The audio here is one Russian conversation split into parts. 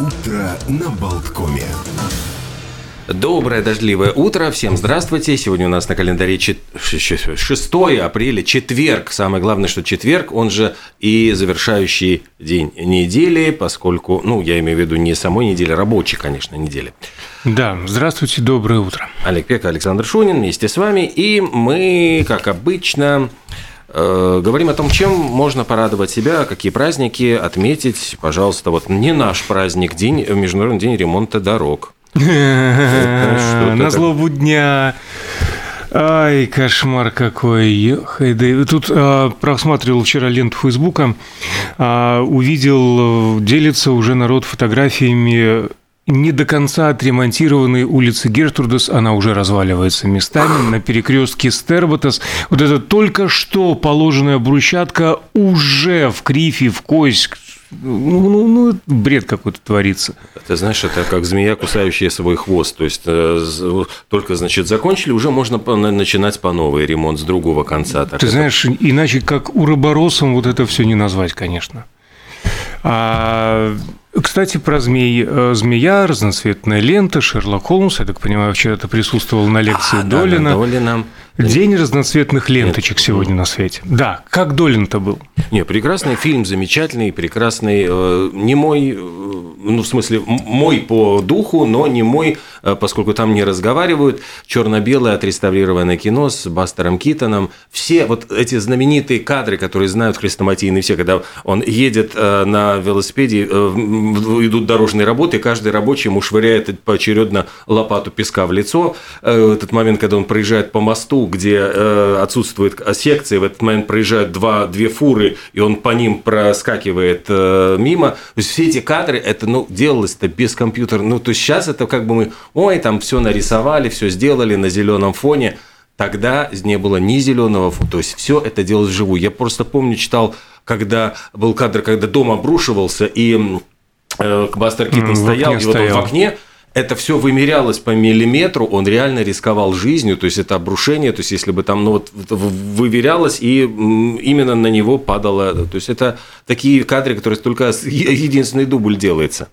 Утро на Болткоме. Доброе дождливое утро, всем здравствуйте. Сегодня у нас на календаре 6 апреля, четверг. Самое главное, что четверг, он же и завершающий день недели, поскольку, я имею в виду не самой недели, рабочей, конечно, недели. Да, здравствуйте, доброе утро. Олег Пек, Александр Шунин вместе с вами, и мы, как обычно, говорим о том, чем можно порадовать себя, какие праздники отметить. Пожалуйста, вот не наш праздник, Международный день ремонта дорог. На злобу дня. Ай, кошмар какой. Тут просматривал вчера ленту Фейсбука, увидел, делится уже народ фотографиями не до конца отремонтированной улицы Гертрудес, она уже разваливается местами, на перекрестке Стерботас. Вот это только что положенная брусчатка уже в кривь, в кость. Бред какой-то творится. Ты знаешь, это как змея, кусающая свой хвост. То есть, только, закончили, уже можно начинать по новой ремонт с другого конца. Ты знаешь, иначе как уроборосом вот это все не назвать, конечно. Кстати, про змей. Змея, разноцветная лента, Шерлок Холмс. Я так понимаю, вчера ты присутствовал на лекции Долина. Да, Долина. День разноцветных ленточек сегодня на свете. Да, как Долин-то был? Прекрасный фильм, замечательный, прекрасный. Не мой, мой по духу, но не мой, поскольку там не разговаривают. Черно-белое отреставрированное кино с Бастером Китоном. Все вот эти знаменитые кадры, которые знают хрестоматийные все, когда он едет на велосипеде, идут дорожные работы, и каждый рабочий ему швыряет поочередно лопату песка в лицо. Этот момент, когда он проезжает по мосту, где отсутствует секция, в этот момент проезжают две фуры, и он по ним проскакивает мимо. То есть все эти кадры, это делалось-то без компьютера. То есть сейчас это как бы мы, там все нарисовали, все сделали на зеленом фоне. Тогда не было ни зеленого фона, то есть все это делалось вживую. Я просто помню, читал, когда был кадр, когда дом обрушивался, и Бастер Китон стоял, и вот он в окне. Это все вымерялось по миллиметру, он реально рисковал жизнью, то есть это обрушение, то есть если бы там выверялось, и именно на него падало. То есть это такие кадры, которые только единственный дубль делается.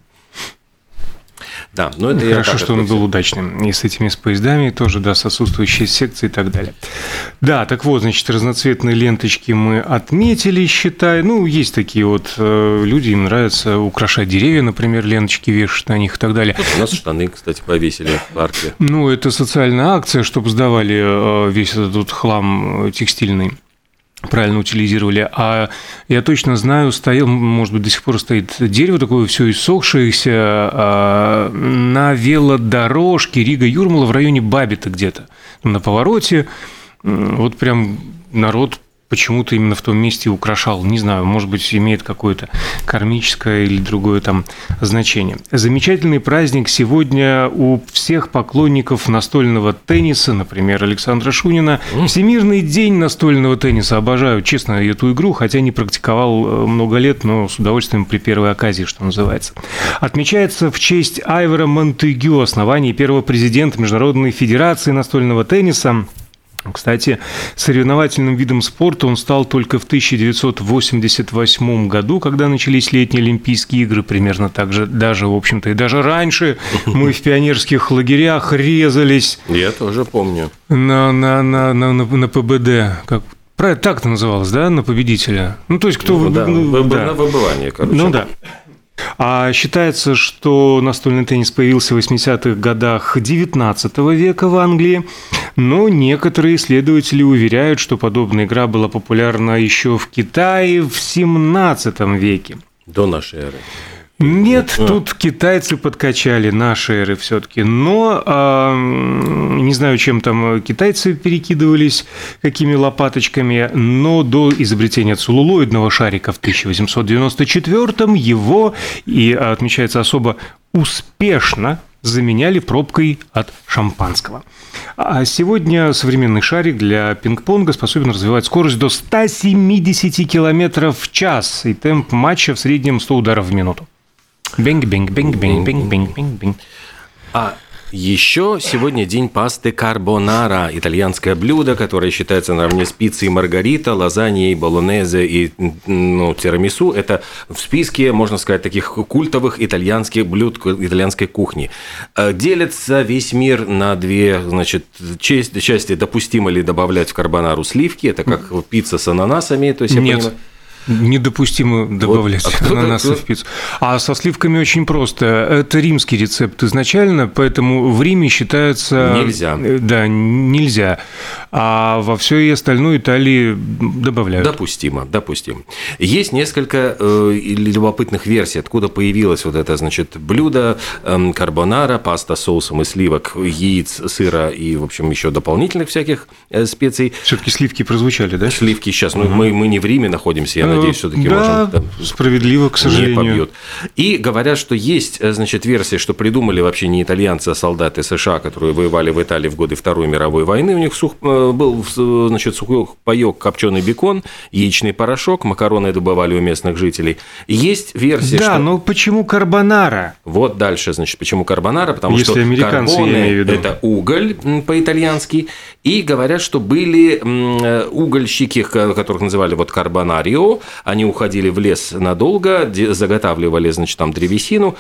Да, но это хорошо, что он был удачным. И с этими поездами тоже, с отсутствующей секцией и так далее. Да, так вот, разноцветные ленточки мы отметили, считай. Есть такие люди, им нравится украшать деревья, например, ленточки вешать на них и так далее. У нас штаны, кстати, повесили в парке. Это социальная акция, чтобы сдавали весь этот хлам текстильный. Правильно утилизировали. А я точно знаю, может быть, до сих пор стоит дерево такое все иссохшееся на велодорожке Рига-Юрмала в районе Бабита где-то. На повороте прям народ почему-то именно в том месте украшал. Не знаю, может быть, имеет какое-то кармическое или другое там значение. Замечательный праздник сегодня у всех поклонников настольного тенниса, например, Александра Шунина. Всемирный день настольного тенниса. Обожаю, честно, эту игру, хотя не практиковал много лет, но с удовольствием при первой оказии, что называется. Отмечается в честь Айвора Монтегю, основания первого президента Международной федерации настольного тенниса. Кстати, соревновательным видом спорта он стал только в 1988 году, когда начались летние Олимпийские игры, примерно так же, даже, в общем-то, и даже раньше мы в пионерских лагерях резались. Я тоже помню. На ПБД, так это называлось, да, на победителя? То есть, кто... На выбывание, короче. Да. А считается, что настольный теннис появился в 80-х годах XIX века в Англии, но некоторые исследователи уверяют, что подобная игра была популярна еще в Китае в XVII веке. До нашей эры. Нет, тут китайцы подкачали наши эры все-таки, но не знаю, чем там китайцы перекидывались, какими лопаточками, но до изобретения целлулоидного шарика в 1894-м его, и отмечается особо успешно, заменяли пробкой от шампанского. А сегодня современный шарик для пинг-понга способен развивать скорость до 170 км в час и темп матча в среднем 100 ударов в минуту. Бинг-бинг-бинг-бинг-бинг-бинг-бинг. Еще сегодня день пасты карбонара, итальянское блюдо, которое считается наравне с пиццей маргарита, лазаньей, болонезе и тирамису. Это в списке, можно сказать, таких культовых итальянских блюд итальянской кухни. Делится весь мир на две, значит, части. Допустимо ли добавлять в карбонару сливки? Это как пицца с ананасами, то есть я понимаю. Недопустимо добавлять ананасы в пиццу. А со сливками очень просто. Это римский рецепт изначально, поэтому в Риме считается... Нельзя. Да, нельзя. А во всей остальной Италии добавляют. Допустимо. Есть несколько любопытных версий, откуда появилось вот это, значит, блюдо карбонара, паста с соусом из сливок, яиц, сыра и, в общем, еще дополнительных всяких специй. Все-таки сливки прозвучали, да? Сливки сейчас. Мы не в Риме находимся, я надеюсь, все-таки да, можем... справедливо, к сожалению. Не побьют. И говорят, что есть, значит, версия, что придумали вообще не итальянцы, а солдаты США, которые воевали в Италии в годы Второй мировой войны. У них был, значит, сухой паёк, копченый бекон, яичный порошок, макароны добывали у местных жителей. Есть версия, да, что... но почему карбонара? Вот дальше, значит, почему карбонара? Потому если что американцы, карбоне – я имею в виду. это уголь по-итальянски. И говорят, что были угольщики, которых называли вот карбонарио. Они уходили в лес надолго, заготавливали, значит, там древесину,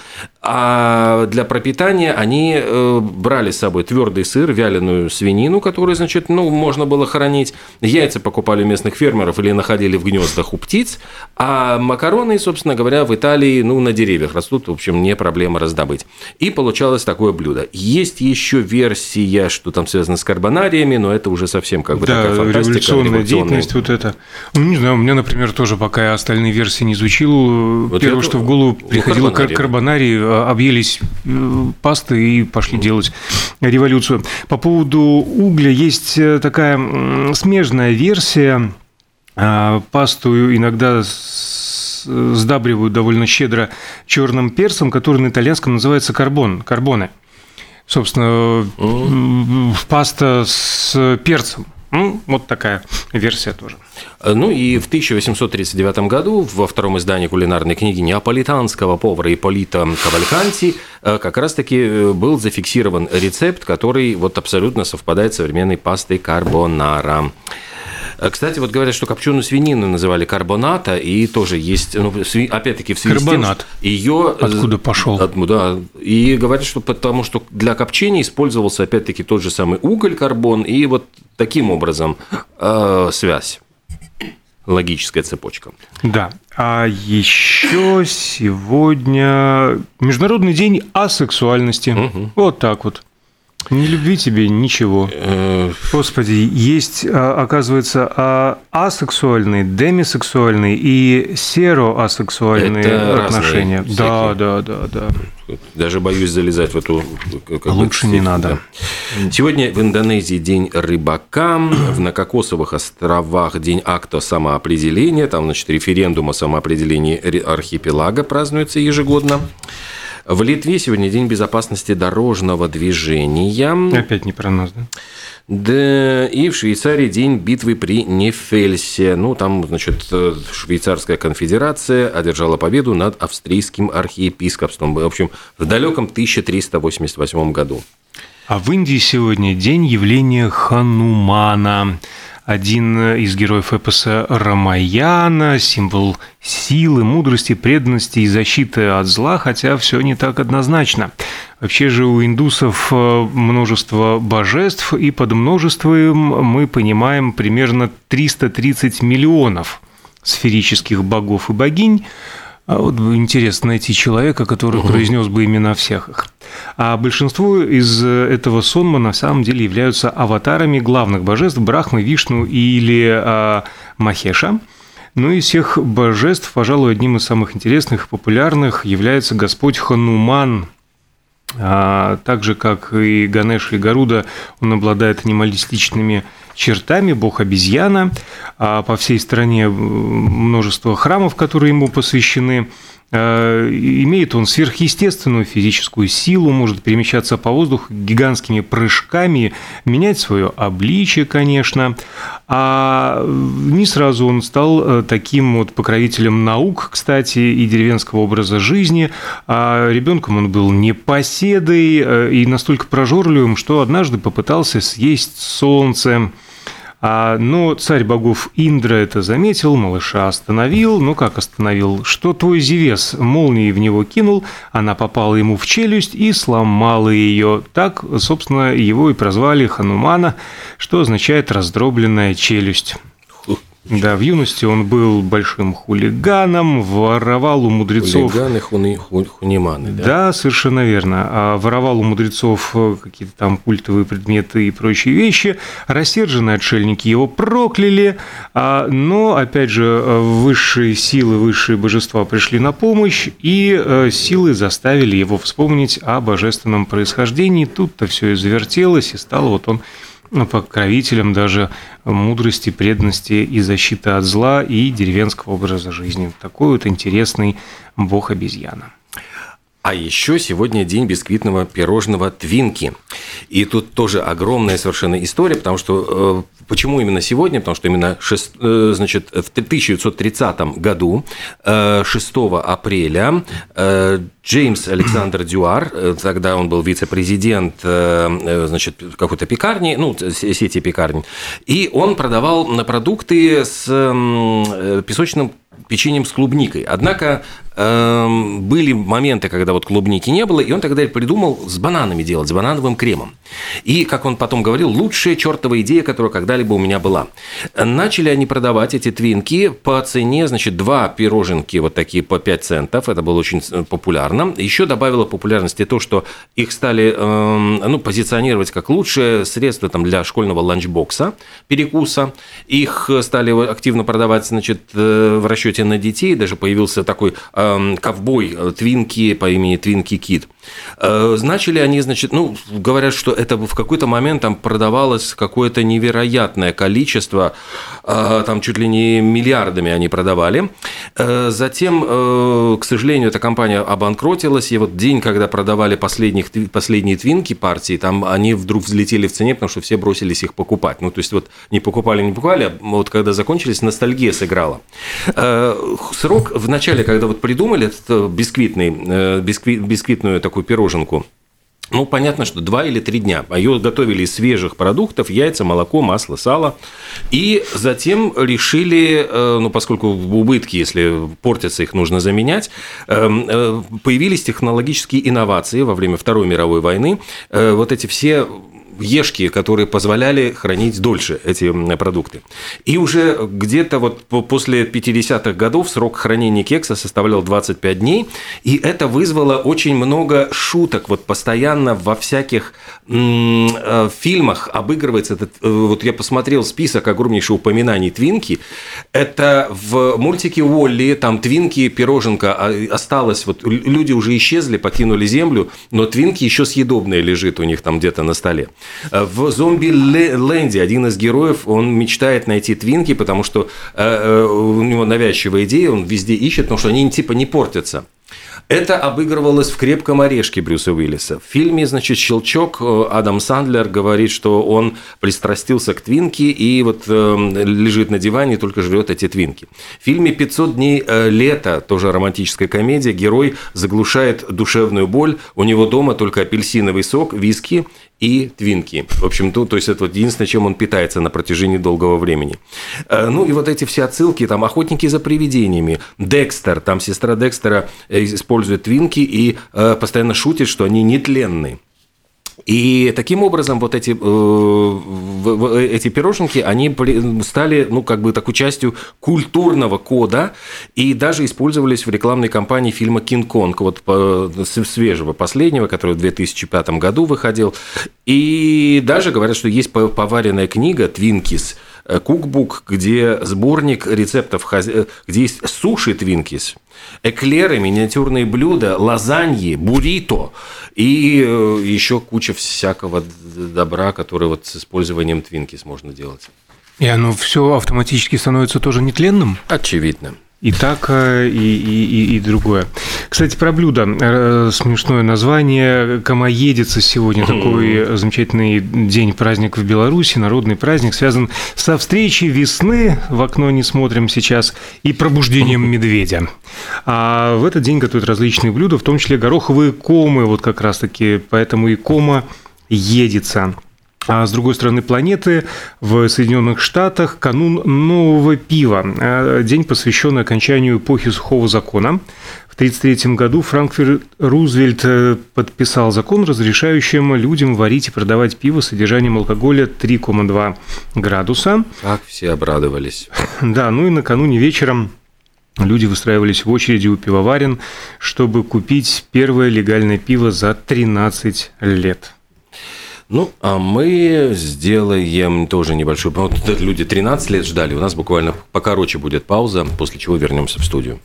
а для пропитания они брали с собой твердый сыр, вяленую свинину, которую, значит, можно было хранить, яйца покупали у местных фермеров или находили в гнездах у птиц, а макароны, собственно говоря, в Италии, на деревьях растут, в общем, не проблема раздобыть. И получалось такое блюдо. Есть еще версия, что там связано с карбонариями, но это уже совсем как бы такая фантастика. Революционная деятельность вот это. Не знаю, у меня, например, тоже пока я остальные версии не изучил, вот первое, что в голову приходило, карбонарии, объелись пасты и пошли делать революцию. По поводу угля есть такая смежная версия. Пасту иногда сдабривают довольно щедро черным перцем, который на итальянском называется карбоне. Собственно, паста с перцем. Вот такая версия тоже. И в 1839 году во втором издании кулинарной книги неаполитанского повара Ипполито Кавальканти как раз-таки был зафиксирован рецепт, который вот абсолютно совпадает с современной пастой карбонара. Кстати, вот говорят, что копченую свинину называли карбоната, и тоже есть, опять-таки, в связи карбонат. с тем, ее... Откуда пошел? Да, и говорят, что потому что для копчения использовался, опять-таки, тот же самый уголь, карбон, и вот таким образом связь. Логическая цепочка. Да. А еще сегодня Международный день асексуальности. Угу. Вот так вот. Не любви тебе ничего. Господи, есть, оказывается, асексуальные, демисексуальные и сероасексуальные это отношения. Да. Даже боюсь залезать в эту... Лучше не надо. Да. Сегодня в Индонезии день рыбака, на Кокосовых островах день акта самоопределения, там, значит, референдум о самоопределении архипелага празднуется ежегодно. В Литве сегодня день безопасности дорожного движения. Опять не про нас, да? Да, и в Швейцарии день битвы при Нефельсе. Там, значит, Швейцарская конфедерация одержала победу над австрийским архиепископством. В общем, в далеком 1388 году. А в Индии сегодня день явления Ханумана. Один из героев эпоса Рамаяна, символ силы, мудрости, преданности и защиты от зла, хотя все не так однозначно. Вообще же у индусов множество божеств, и под множеством мы понимаем примерно 330 миллионов сферических богов и богинь. А вот интересно найти человека, который произнес бы имена всех их. А большинство из этого сонма на самом деле являются аватарами главных божеств Брахмы, Вишну или Махеша. Из всех божеств, пожалуй, одним из самых интересных и популярных является Господь Хануман. Так же, как и Ганеша и Гаруда, он обладает анималистичными чертами, бог-обезьяна. По всей стране множество храмов, которые ему посвящены. Имеет он сверхъестественную физическую силу, может перемещаться по воздуху гигантскими прыжками, менять свое обличие, конечно. А не сразу он стал таким вот покровителем наук, кстати, и деревенского образа жизни. А ребенком он был непоседой и настолько прожорливым, что однажды попытался съесть солнце. Но царь богов Индра это заметил, малыша остановил. Ну, как остановил? Что твой Зевес молнией в него кинул, она попала ему в челюсть и сломала ее. Так, собственно, его и прозвали Ханумана, что означает «раздробленная челюсть». Да, в юности он был большим хулиганом, воровал у мудрецов... Хулиганы, хуниманы, да? Да, совершенно верно. Воровал у мудрецов какие-то там культовые предметы и прочие вещи. Рассерженные отшельники его прокляли, но, опять же, высшие силы, высшие божества пришли на помощь, и силы заставили его вспомнить о божественном происхождении. Тут-то все и завертелось, и стал вот он покровителем даже мудрости, преданности и защиты от зла и деревенского образа жизни. Такой вот интересный бог-обезьяна. А еще сегодня день бисквитного пирожного Твинки. И тут тоже огромная совершенно история, потому что... Почему именно сегодня? Потому что именно в 1930 году, 6 апреля, Джеймс Александр Дюар, тогда он был вице-президент, значит, какой-то пекарни, сети пекарни, и он продавал продукты с песочным печеньем с клубникой. Однако были моменты, когда вот клубники не было, и он тогда придумал с бананами делать, с банановым кремом. И, как он потом говорил, лучшая чертова идея, которая когда-либо у меня была. Начали они продавать эти твинки по цене, значит, 2 пироженки вот такие по 5 центов. Это было очень популярно. Еще добавило популярности то, что их стали позиционировать как лучшее средство там, для школьного ланчбокса, перекуса. Их стали активно продавать, значит, в расчете на детей. Даже появился такой ковбой Твинки по имени Твинки Кид. Начали они, значит, говорят, что это в какой-то момент там продавалось какое-то невероятное количество, там чуть ли не миллиардами они продавали. Затем, к сожалению, эта компания обанкротилась, и вот день, когда продавали последние Твинки партии, там они вдруг взлетели в цене, потому что все бросились их покупать. То есть, вот не покупали, а вот когда закончились, ностальгия сыграла. Срок в начале, когда вот придумали бисквитную такую пироженку, понятно, что 2 или 3 дня. Ее готовили из свежих продуктов: яйца, молоко, масло, сало. И затем решили, поскольку убытки, если портятся, их нужно заменять, появились технологические инновации во время Второй мировой войны. Вот эти все ешки, которые позволяли хранить дольше эти продукты. И уже где-то вот после 50-х годов срок хранения кекса составлял 25 дней, и это вызвало очень много шуток. Вот постоянно во всяких фильмах обыгрывается этот... Вот я посмотрел список огромнейших упоминаний Твинки. Это в мультике Уолли, там Твинки, пироженка осталась, вот люди уже исчезли, покинули Землю, но Твинки еще съедобная лежит у них там где-то на столе. В «Зомби-ленде» один из героев, он мечтает найти Твинки, потому что у него навязчивая идея, он везде ищет, потому что они типа не портятся. Это обыгрывалось в «Крепком орешке» Брюса Уиллиса. В фильме, значит, «Щелчок» Адам Сандлер говорит, что он пристрастился к Твинки и вот лежит на диване и только жрет эти Твинки. В фильме «500 дней лета», тоже романтическая комедия, герой заглушает душевную боль, у него дома только апельсиновый сок, виски и Твинки. В общем, то есть это вот единственное, чем он питается на протяжении долгого времени. И вот эти все отсылки, там «Охотники за привидениями», Декстер, там сестра Декстера использует Твинки и постоянно шутит, что они нетленные. И таким образом вот эти пироженки, они стали, такой частью культурного кода и даже использовались в рекламной кампании фильма «Кинг-Конг», вот свежего, последнего, который в 2005 году выходил. И даже говорят, что есть поваренная книга «Твинкис», кукбук, где сборник рецептов, где есть суши Твинкис, эклеры, миниатюрные блюда, лазаньи, буррито и еще куча всякого добра, которое вот с использованием Твинкис можно делать. И оно все автоматически становится тоже нетленным? Очевидно. И так, и другое. Кстати, про блюдо. Смешное название. Камоедица сегодня. Такой замечательный день, праздник в Беларуси, народный праздник, связан со встречей весны, в окно не смотрим сейчас, и пробуждением медведя. А в этот день готовят различные блюда, в том числе гороховые комы, вот как раз-таки, поэтому и комоедица. А с другой стороны планеты, в Соединенных Штатах, канун нового пива. День, посвященный окончанию эпохи сухого закона. В 1933 году Франклин Рузвельт подписал закон, разрешающим людям варить и продавать пиво с содержанием алкоголя 3,2 градуса. Как все обрадовались. Да, ну и накануне вечером люди выстраивались в очереди у пивоварен, чтобы купить первое легальное пиво за 13 лет. Ну, а мы сделаем тоже небольшую паузу. Люди 13 лет ждали, у нас буквально покороче будет пауза, после чего вернемся в студию.